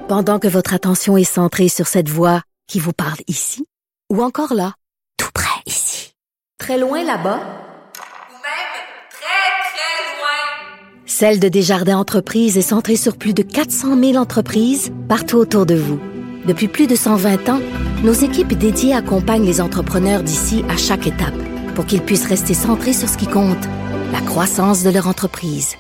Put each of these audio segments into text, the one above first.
Pendant que votre attention est centrée sur cette voix qui vous parle ici, ou encore là, tout près ici, très loin là-bas, ou même très, très loin. Celle de Desjardins Entreprises est centrée sur plus de 400 000 entreprises partout autour de vous. Depuis plus de 120 ans, nos équipes dédiées accompagnent les entrepreneurs d'ici à chaque étape pour qu'ils puissent rester centrés sur ce qui compte, la croissance de leur entreprise.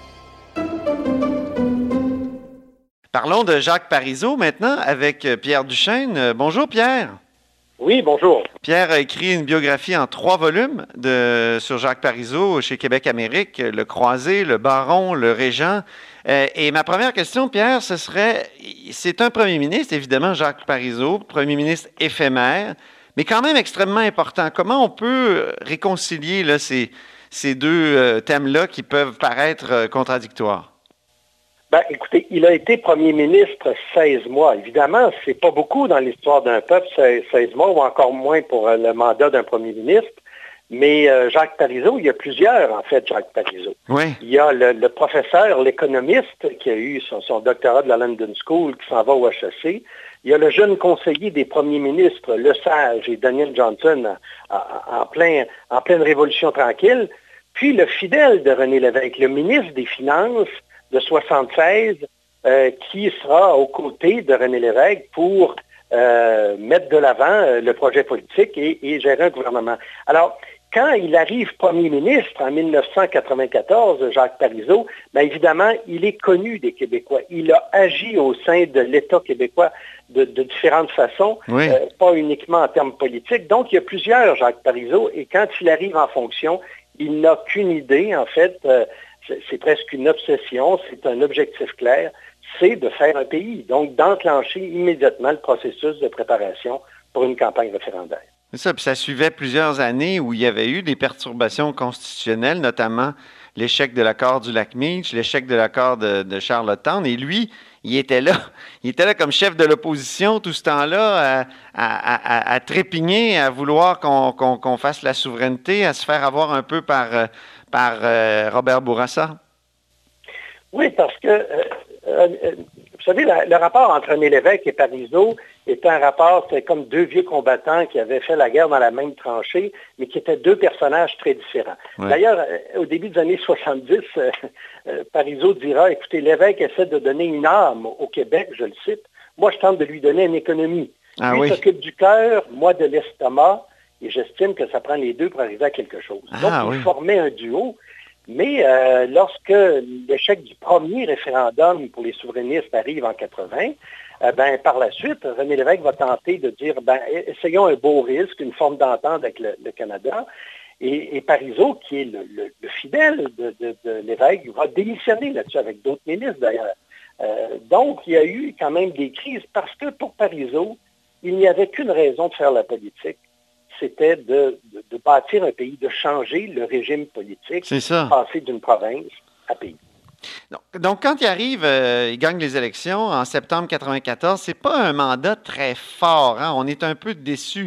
Parlons de Jacques Parizeau maintenant avec Pierre Duchesne. Bonjour Pierre. Oui, bonjour. Pierre a écrit une biographie en 3 volumes sur Jacques Parizeau chez Québec Amérique, Le Croisé, Le Baron, Le Régent. Et ma première question, Pierre, ce serait, c'est un premier ministre, évidemment, Jacques Parizeau, premier ministre éphémère, mais quand même extrêmement important. Comment on peut réconcilier là, ces deux thèmes-là qui peuvent paraître contradictoires? Ben, écoutez, il a été premier ministre 16 mois. Évidemment, c'est pas beaucoup dans l'histoire d'un peuple, 16 mois, ou encore moins pour le mandat d'un premier ministre. Mais Jacques Parizeau, il y a plusieurs, en fait, Jacques Parizeau. Oui. Il y a le professeur, l'économiste, qui a eu son doctorat de la London School, qui s'en va au HEC. Il y a le jeune conseiller des premiers ministres, Le Sage et Daniel Johnson, en pleine révolution tranquille. Puis le fidèle de René Lévesque, le ministre des Finances, de 76, qui sera aux côtés de René Lévesque pour mettre de l'avant le projet politique et gérer un gouvernement. Alors, quand il arrive premier ministre en 1994, Jacques Parizeau, bien évidemment, il est connu des Québécois. Il a agi au sein de l'État québécois de différentes façons, oui. Pas uniquement en termes politiques. Donc, il y a plusieurs Jacques Parizeau, et quand il arrive en fonction, il n'a qu'une idée, en fait, c'est presque une obsession, c'est un objectif clair, c'est de faire un pays. Donc, d'enclencher immédiatement le processus de préparation pour une campagne référendaire. C'est ça, puis ça suivait plusieurs années où il y avait eu des perturbations constitutionnelles, notamment l'échec de l'accord du Lac-Meech, l'échec de l'accord de Charlottetown, et lui, il était là comme chef de l'opposition tout ce temps-là, à trépigner, à vouloir qu'on fasse la souveraineté, à se faire avoir un peu par Robert Bourassa. Oui, parce que, vous savez, le rapport entre René Lévesque et Parizeau était un rapport, c'était comme deux vieux combattants qui avaient fait la guerre dans la même tranchée, mais qui étaient deux personnages très différents. Ouais. D'ailleurs, au début des années 70, Parizeau dira, écoutez, Lévesque essaie de donner une âme au Québec, je le cite. Moi, je tente de lui donner une économie. Lui s'occupe du cœur, moi de l'estomac, et j'estime que ça prend les deux pour arriver à quelque chose. Donc, il formait un duo. Mais lorsque l'échec du premier référendum pour les souverainistes arrive en 80, par la suite, René Lévesque va tenter de dire, essayons un beau risque, une forme d'entente avec le Canada. Et Parizeau, qui est le fidèle de Lévesque, va démissionner là-dessus avec d'autres ministres d'ailleurs. Donc, il y a eu quand même des crises parce que pour Parizeau, il n'y avait qu'une raison de faire la politique. C'était de bâtir un pays, de changer le régime politique, passer d'une province à pays. Donc, quand il arrive, il gagne les élections en septembre 1994, c'est pas un mandat très fort. Hein? On est un peu déçus.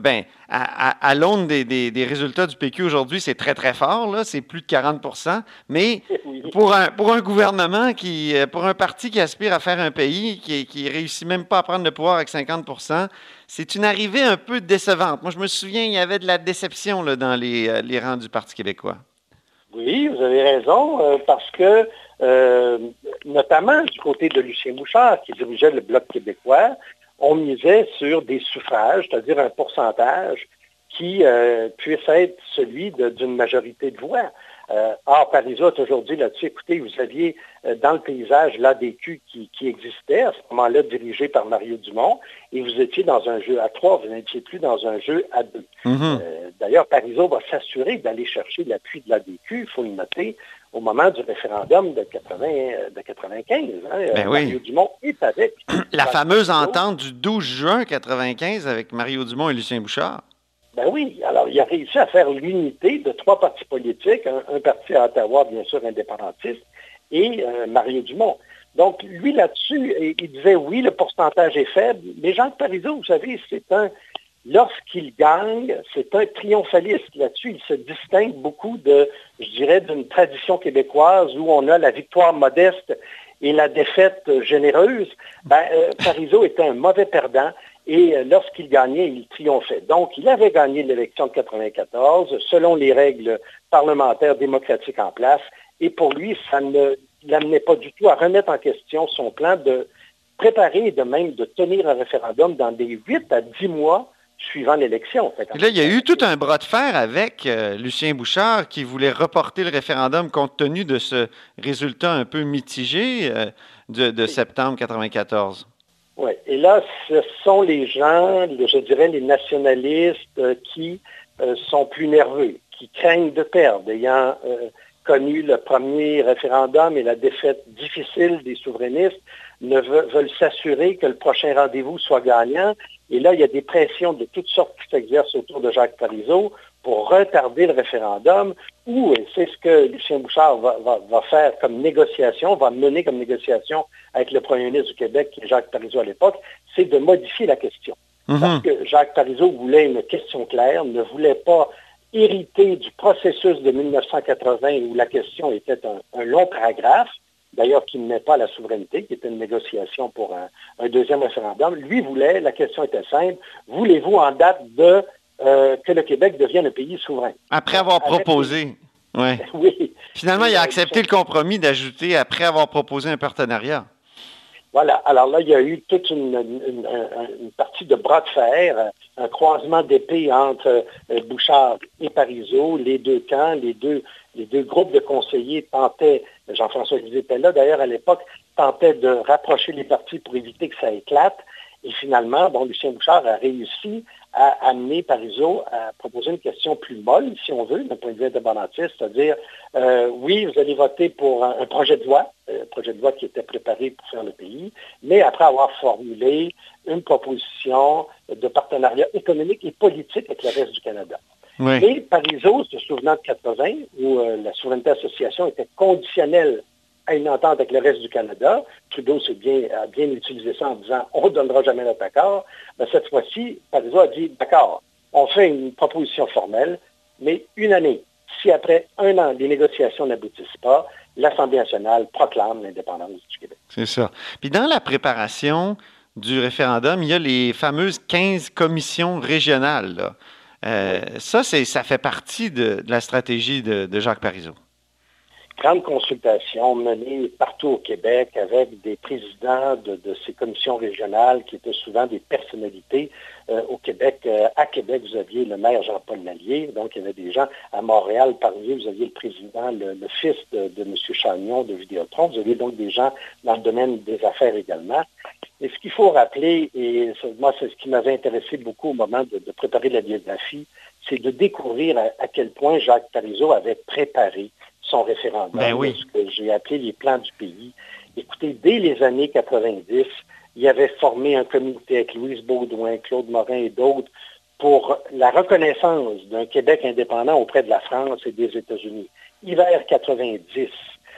À l'aune des résultats du PQ aujourd'hui, c'est très, très fort. Là. C'est plus de 40%. Mais pour un gouvernement, pour un parti qui aspire à faire un pays, qui réussit même pas à prendre le pouvoir avec 50%, c'est une arrivée un peu décevante. Moi, je me souviens, il y avait de la déception là, dans les rangs du Parti québécois. Oui, vous avez raison, parce que, notamment du côté de Lucien Bouchard, qui dirigeait le Bloc québécois, on misait sur des suffrages, c'est-à-dire un pourcentage qui puisse être celui d'une majorité de voix. Or, Parizeau est aujourd'hui là-dessus, écoutez, vous aviez dans le paysage l'ADQ qui existait, à ce moment-là dirigé par Mario Dumont, et vous étiez dans un jeu à 3, vous n'étiez plus dans un jeu à 2. Mm-hmm. D'ailleurs, Parizeau va s'assurer d'aller chercher l'appui de l'ADQ, il faut le noter, au moment du référendum de 95. Mario Dumont est avec. La fameuse entente du 12 juin 1995 avec Mario Dumont et Lucien Bouchard. Ben oui, alors il a réussi à faire l'unité de 3 partis politiques, un parti à Ottawa, bien sûr, indépendantiste, et Mario Dumont. Donc, lui, là-dessus, il disait, oui, le pourcentage est faible, mais Jacques Parizeau, vous savez, lorsqu'il gagne, c'est un triomphaliste. Là-dessus, il se distingue beaucoup d'une tradition québécoise où on a la victoire modeste et la défaite généreuse, Parizeau était un mauvais perdant et lorsqu'il gagnait, il triomphait. Donc, il avait gagné l'élection de 1994 selon les règles parlementaires démocratiques en place et pour lui, ça ne l'amenait pas du tout à remettre en question son plan de préparer et de même de tenir un référendum dans des 8 à 10 mois suivant l'élection. Et là, il y a eu tout un bras de fer avec Lucien Bouchard qui voulait reporter le référendum compte tenu de ce résultat un peu mitigé de septembre 1994. Oui, et là, ce sont les gens, je dirais les nationalistes qui sont plus nerveux, qui craignent de perdre, ayant connu le premier référendum et la défaite difficile des souverainistes, veulent s'assurer que le prochain rendez-vous soit gagnant. Et là, il y a des pressions de toutes sortes qui s'exercent autour de Jacques Parizeau pour retarder le référendum, ou, et c'est ce que Lucien Bouchard va faire comme négociation, va mener comme négociation avec le premier ministre du Québec, qui est Jacques Parizeau à l'époque, c'est de modifier la question. Parce que Jacques Parizeau voulait une question claire, ne voulait pas hériter du processus de 1980 où la question était un long paragraphe, d'ailleurs qui ne met pas la souveraineté, qui était une négociation pour un deuxième référendum. Lui voulait, la question était simple, voulez-vous en date de que le Québec devienne un pays souverain? Après avoir proposé. Ouais. Oui. Finalement, il a accepté le compromis d'ajouter après avoir proposé un partenariat. Voilà. Alors là, il y a eu toute une partie de bras de fer, un croisement d'épées entre Bouchard et Parizeau, les deux camps, les deux groupes de conseillers tentaient, Jean-François Lisée était là d'ailleurs à l'époque, tentaient de rapprocher les partis pour éviter que ça éclate. Et finalement, Lucien Bouchard a réussi à amener Parizeau à proposer une question plus molle, si on veut, d'un point de vue indépendantiste, c'est-à-dire, oui, vous allez voter pour un projet de loi qui était préparé pour faire le pays, mais après avoir formulé une proposition de partenariat économique et politique avec le reste du Canada. Oui. Et Parizeau, se souvenant de 80, où la souveraineté association était conditionnelle à une entente avec le reste du Canada. Trudeau a bien utilisé ça en disant « on ne donnera jamais notre accord ». Cette fois-ci, Parizeau a dit « d'accord, on fait une proposition formelle, mais une année. Si après un an, les négociations n'aboutissent pas, l'Assemblée nationale proclame l'indépendance du Québec ». C'est ça. Puis dans la préparation du référendum, il y a les fameuses 15 commissions régionales, là. Ça fait partie de la stratégie de Jacques Parizeau. Grande consultation menée partout au Québec avec des présidents de ces commissions régionales qui étaient souvent des personnalités au Québec. À Québec, vous aviez le maire Jean-Paul Lallier, donc il y avait des gens. À Montréal, parmi eux, vous aviez le président, le fils de M. Chagnon de Vidéotron. Vous aviez donc des gens dans le domaine des affaires également. Et ce qu'il faut rappeler, et moi c'est ce qui m'avait intéressé beaucoup au moment de préparer la biographie, c'est de découvrir à quel point Jacques Parizeau avait préparé son référendum, ce que j'ai appelé les plans du pays. Écoutez, dès les années 90, il avait formé un comité avec Louise Baudouin, Claude Morin et d'autres pour la reconnaissance d'un Québec indépendant auprès de la France et des États-Unis. Hiver 90.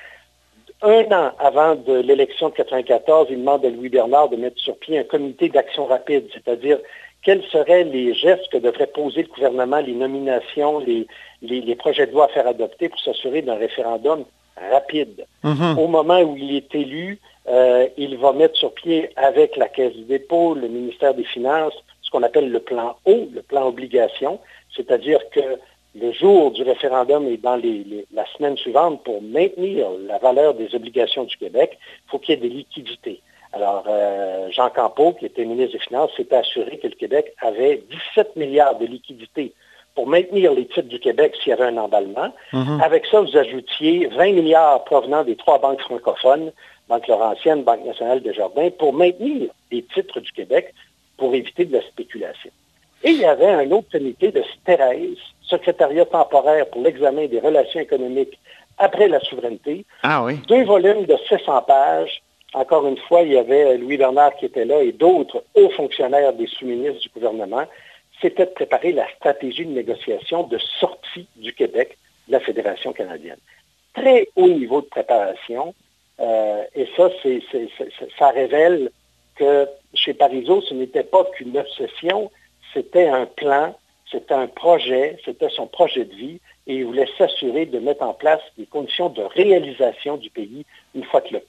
Un an avant de l'élection de 1994, il demande à Louis Bernard de mettre sur pied un comité d'action rapide, c'est-à-dire quels seraient les gestes que devrait poser le gouvernement, les nominations, les projets de loi à faire adopter pour s'assurer d'un référendum rapide. Au moment où il est élu, il va mettre sur pied avec la Caisse du dépôt, le ministère des Finances, ce qu'on appelle le plan O, le plan obligation, c'est-à-dire que le jour du référendum et dans la semaine suivante, pour maintenir la valeur des obligations du Québec, il faut qu'il y ait des liquidités. Alors, Jean Campeau, qui était ministre des Finances, s'était assuré que le Québec avait 17 milliards de liquidités pour maintenir les titres du Québec s'il y avait un emballement. Avec ça, vous ajoutiez 20 milliards provenant des 3 banques francophones, Banque Laurentienne, Banque nationale Desjardins, pour maintenir les titres du Québec pour éviter de la spéculation. Et il y avait un autre comité de Thérèse, secrétariat temporaire pour l'examen des relations économiques après la souveraineté. 2 volumes de 600 pages. Encore une fois, il y avait Louis Bernard qui était là et d'autres hauts fonctionnaires des sous-ministres du gouvernement. C'était de préparer la stratégie de négociation de sortie du Québec de la Fédération canadienne. Très haut niveau de préparation. Et ça, ça révèle que chez Parizeau, ce n'était pas qu'une obsession, c'était un plan, c'était un projet, c'était son projet de vie, et il voulait s'assurer de mettre en place des conditions de réalisation du pays une fois que le peuple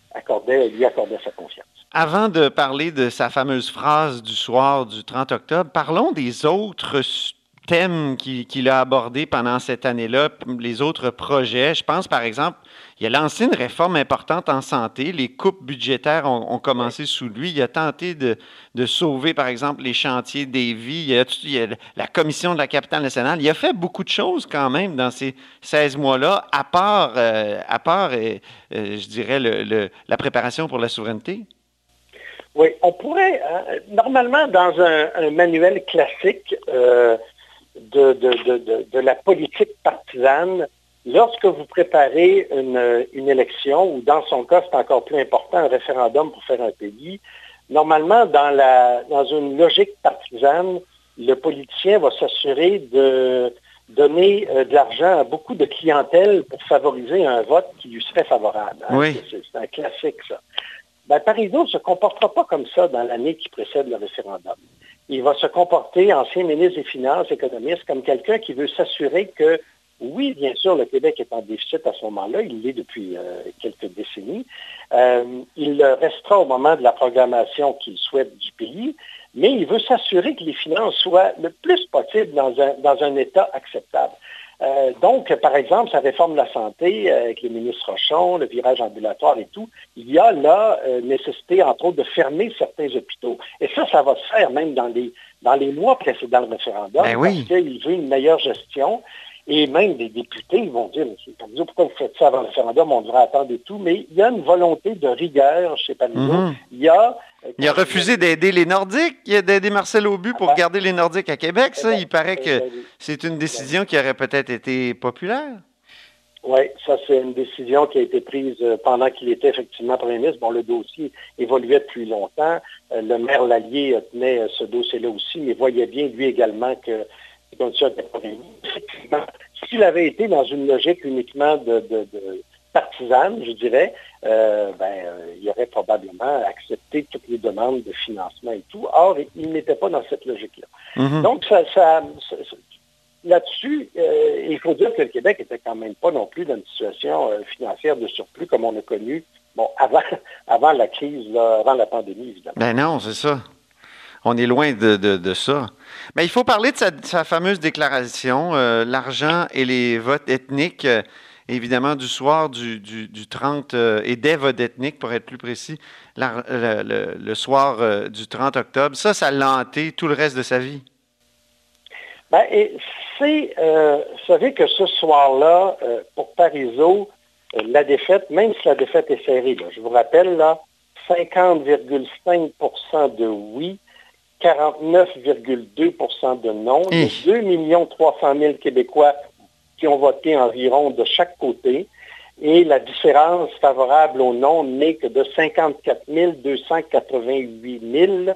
lui accordait sa confiance. Avant de parler de sa fameuse phrase du soir du 30 octobre, parlons des autres thèmes qu'il a abordés pendant cette année-là, les autres projets. Je pense, par exemple, il a lancé une réforme importante en santé. Les coupes budgétaires ont commencé sous lui. Il a tenté de sauver, par exemple, les chantiers des vies. Il y a la commission de la capitale nationale. Il a fait beaucoup de choses quand même dans ces 16 mois-là, à part je dirais, la préparation pour la souveraineté. Oui, on pourrait, normalement, dans un manuel classique de la politique partisane, lorsque vous préparez une élection, ou dans son cas, c'est encore plus important, un référendum pour faire un pays, normalement, dans une logique partisane, le politicien va s'assurer de donner de l'argent à beaucoup de clientèle pour favoriser un vote qui lui serait favorable. Oui. C'est un classique, ça. Parizeau ne se comportera pas comme ça dans l'année qui précède le référendum. Il va se comporter, ancien ministre des Finances, économiste, comme quelqu'un qui veut s'assurer que, oui, bien sûr, le Québec est en déficit à ce moment-là, il l'est depuis quelques décennies. Il le restera au moment de la programmation qu'il souhaite du pays, mais il veut s'assurer que les finances soient le plus possible dans un état acceptable. Donc, par exemple, sa réforme de la santé avec les ministres Rochon, le virage ambulatoire et tout, il y a là nécessité, entre autres, de fermer certains hôpitaux. Et ça va se faire même dans les mois précédents le référendum, parce qu'il veut une meilleure gestion. Et même des députés, ils vont dire, M. Parizeau, pourquoi vous faites ça avant le référendum? On devrait attendre et tout. Mais il y a une volonté de rigueur chez Parizeau. Mm-hmm. Il a refusé d'aider les Nordiques, d'aider Marcel Aubu pour garder les Nordiques à Québec. Ça, il paraît que c'est une décision qui aurait peut-être été populaire. Oui, ça, c'est une décision qui a été prise pendant qu'il était effectivement premier ministre. Bon, le dossier évoluait depuis longtemps. Le maire Lallier tenait ce dossier-là aussi, mais voyait bien, lui également, que les conditions n'étaient pas réunies. Effectivement, s'il avait été dans une logique uniquement de partisane, je dirais, il aurait probablement accepté toutes les demandes de financement et tout. Or, il n'était pas dans cette logique-là. Mm-hmm. Donc, là-dessus, il faut dire que le Québec n'était quand même pas non plus dans une situation financière de surplus comme on a connu avant la crise, là, avant la pandémie, évidemment. Ben non, c'est ça. On est loin de ça. Mais il faut parler de sa fameuse déclaration, l'argent et les votes ethniques, évidemment, du soir du 30, et des votes ethniques, pour être plus précis, le soir du 30 octobre. Ça l'a hanté tout le reste de sa vie. Vous savez que ce soir-là, pour Parizeau, la défaite, même si la défaite est serrée, là, je vous rappelle, là, 50,5% de oui, 49,2% de non. Il y a 2 300 000 Québécois qui ont voté environ de chaque côté. Et la différence favorable au non n'est que de 54 288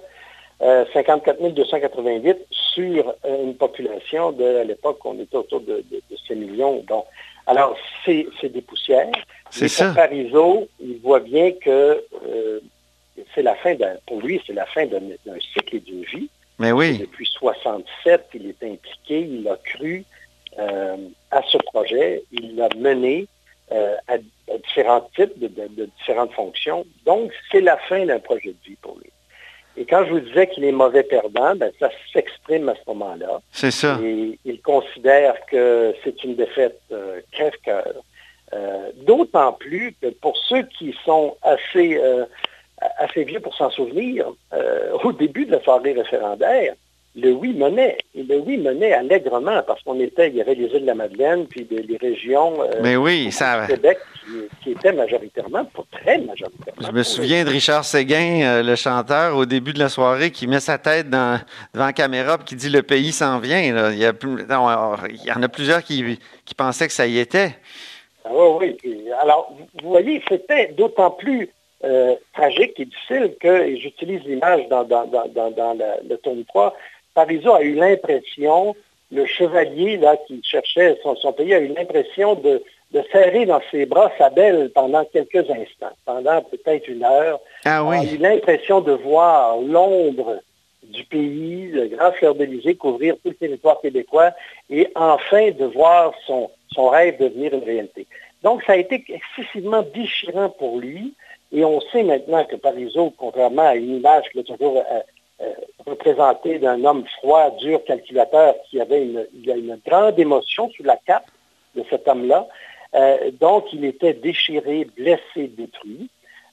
sur une population à l'époque, on était autour de 6 millions. Donc, alors, c'est des poussières. C'est ça. Pour Parizeau, il voit bien que c'est la fin pour lui, c'est la fin d'un cycle et d'une vie. Mais oui. Depuis 1967, il est impliqué, il a cru à ce projet, il l'a mené à différents types de différentes fonctions. Donc, c'est la fin d'un projet de vie pour lui. Et quand je vous disais qu'il est mauvais perdant, ça s'exprime à ce moment-là. C'est ça. Et il considère que c'est une défaite crève-cœur. D'autant plus que pour ceux qui sont assez vieux pour s'en souvenir, au début de la soirée référendaire, le oui menait. Et le oui menait allègrement parce il y avait les îles de la Madeleine, puis les régions du Québec qui étaient majoritairement, pas très majoritairement. Je me souviens de Richard Séguin, le chanteur, au début de la soirée, qui met sa tête devant la caméra et qui dit « Le pays s'en vient ». Il y en a plusieurs qui pensaient que ça y était. Ah oui. Alors, vous voyez, c'était d'autant plus tragique et difficile que, et j'utilise l'image dans le tome 3, Parizeau a eu l'impression, le chevalier là qui cherchait son pays a eu l'impression de serrer dans ses bras sa belle pendant quelques instants, pendant peut-être une heure. Ah oui. Il a eu l'impression de voir l'ombre du pays, le grand fleur d'Élysée couvrir tout le territoire québécois et enfin de voir son rêve devenir une réalité. Donc, ça a été excessivement déchirant pour lui. Et on sait maintenant que Parizeau, contrairement à une image qu'il a toujours représentée d'un homme froid, dur, calculateur, qui avait une grande émotion sous la cape de cet homme-là. Donc, il était déchiré, blessé, détruit.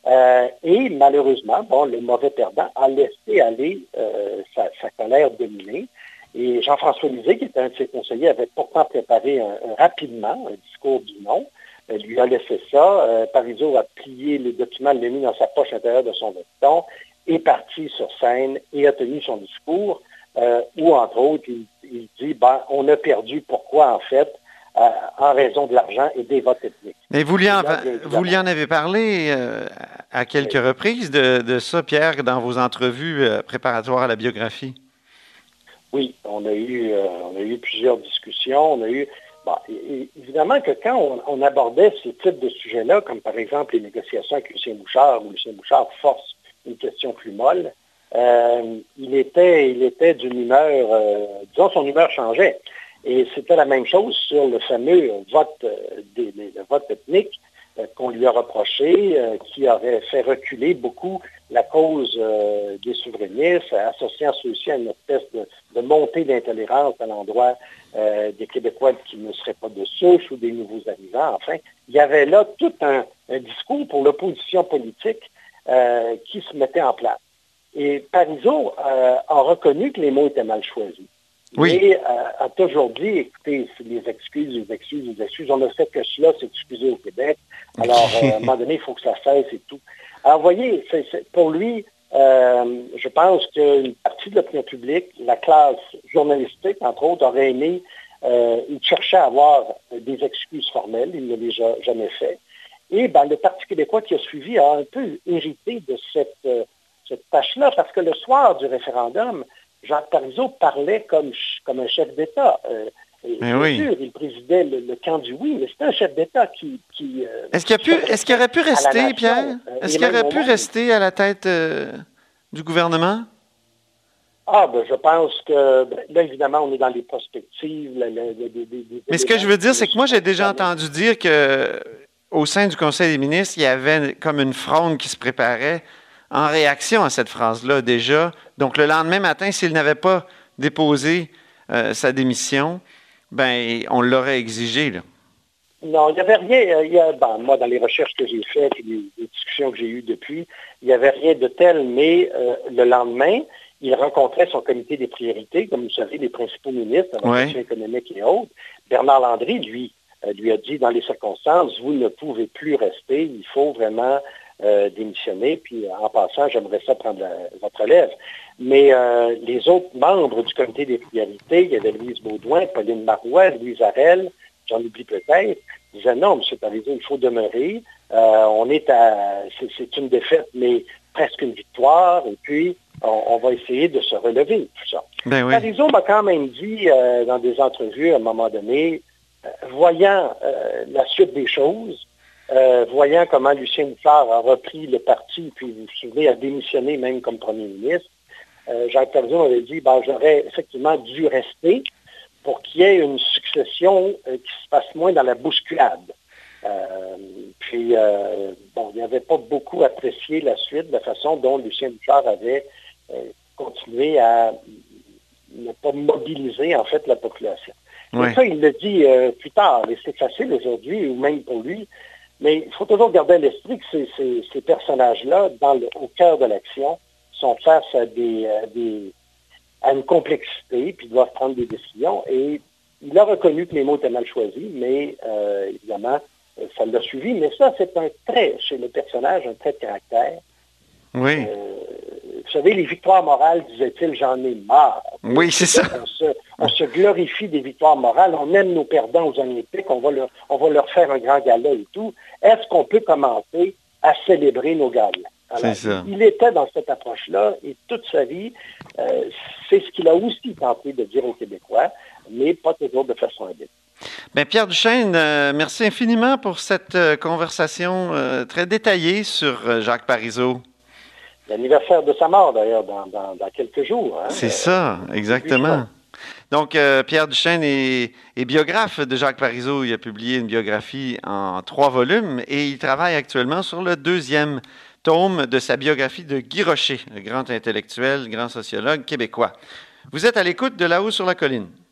Et malheureusement, le mauvais perdant a laissé aller sa colère dominer. Et Jean-François Lisée, qui était un de ses conseillers, avait pourtant préparé rapidement un discours du non. Lui a laissé ça. Parizeau a plié les documents, l'a mis dans sa poche intérieure de son veston, est parti sur scène et a tenu son discours où, entre autres, il dit on a perdu. Pourquoi, en fait? En raison de l'argent et des votes ethniques. Mais vous lui en avez parlé à quelques reprises de ça, Pierre, dans vos entrevues préparatoires à la biographie? Oui, on a eu plusieurs discussions. Évidemment que quand on abordait ce type de sujets-là, comme par exemple les négociations avec Lucien Bouchard, où Lucien Bouchard force une question plus molle, il était d'une humeur, disons, son humeur changeait. Et c'était la même chose sur le fameux vote, le vote ethnique qu'on lui a reproché, qui aurait fait reculer beaucoup la cause des souverainistes, associant ceux-ci à une espèce de montée d'intolérance à l'endroit des Québécois qui ne seraient pas de souche ou des nouveaux arrivants. Enfin, il y avait là tout un discours pour l'opposition politique qui se mettait en place. Et Parizeau a reconnu que les mots étaient mal choisis. Oui. Et a toujours dit, écoutez, les excuses, on ne fait que cela, c'est excusé au Québec. Alors, à un moment donné, il faut que ça cesse et tout. Alors, vous voyez, pour lui, je pense qu'une partie de l'opinion publique, la classe journalistique, entre autres, aurait aimé, il cherchait à avoir des excuses formelles, il ne les a jamais fait. Et le Parti québécois qui a suivi a un peu hérité de cette tâche-là, parce que le soir du référendum, Jacques Parizeau parlait comme un chef d'État. Bien sûr, il présidait le camp du oui, mais c'était un chef d'État qui est-ce qu'il aurait pu rester, Pierre? Est-ce qu'il aurait pu rester à la tête du gouvernement? Je pense que, là, évidemment, on est dans les perspectives. Mais ce que je veux dire, c'est que moi, j'ai déjà entendu dire qu'au sein du Conseil des ministres, il y avait comme une fronde qui se préparait en réaction à cette phrase-là déjà. Donc, le lendemain matin, s'il n'avait pas déposé sa démission, on l'aurait exigé, là. Non, il n'y avait rien. Moi, dans les recherches que j'ai faites et les discussions que j'ai eues depuis, il n'y avait rien de tel, mais le lendemain, il rencontrait son comité des priorités, comme vous savez, les principaux ministres, de la question économique et autres. Bernard Landry, lui a dit, dans les circonstances, vous ne pouvez plus rester, il faut vraiment démissionner. Puis, en passant, j'aimerais ça prendre votre relève. Mais les autres membres du comité des priorités, il y avait Louise Baudouin, Pauline Marois, Louise Arel, j'en oublie peut-être, disaient non, M. Parizeau, il faut demeurer. C'est une défaite, mais presque une victoire, et puis on va essayer de se relever, tout ça. Parizeau m'a quand même dit dans des entrevues à un moment donné, voyant la suite des choses, voyant comment Lucien Bouchard a repris le parti, puis vous vous souvenez, a démissionné même comme premier ministre, Jacques Parizeau m'avait dit, j'aurais effectivement dû rester pour qu'il y ait une succession qui se passe moins dans la bousculade. Il n'avait pas beaucoup apprécié la suite, la façon dont Lucien Bouchard avait continué à ne pas mobiliser, en fait, la population. Et ça, il le dit plus tard, et c'est facile aujourd'hui, ou même pour lui, mais il faut toujours garder à l'esprit que ces personnages-là, au cœur de l'action, sont face à une complexité, puis doivent prendre des décisions. Et il a reconnu que les mots étaient mal choisis, mais évidemment, ça l'a suivi. Mais ça, c'est un trait chez le personnage, un trait de caractère. Oui. Vous savez, les victoires morales, disait-il, j'en ai marre. Oui, c'est ça. On se glorifie des victoires morales, on aime nos perdants aux Olympiques, on va leur faire un grand gala et tout. Est-ce qu'on peut commencer à célébrer nos galas? Alors, c'est ça. Il était dans cette approche-là et toute sa vie, c'est ce qu'il a aussi tenté de dire aux Québécois, mais pas toujours de façon habile. Pierre Duchesne, merci infiniment pour cette conversation très détaillée sur Jacques Parizeau. L'anniversaire de sa mort, d'ailleurs, dans quelques jours. Hein, c'est ça, exactement. Donc, Pierre Duchesne est biographe de Jacques Parizeau. Il a publié une biographie en 3 volumes et il travaille actuellement sur le 2e tome de sa biographie de Guy Rocher, le grand intellectuel, grand sociologue québécois. Vous êtes à l'écoute de Là-haut sur la colline.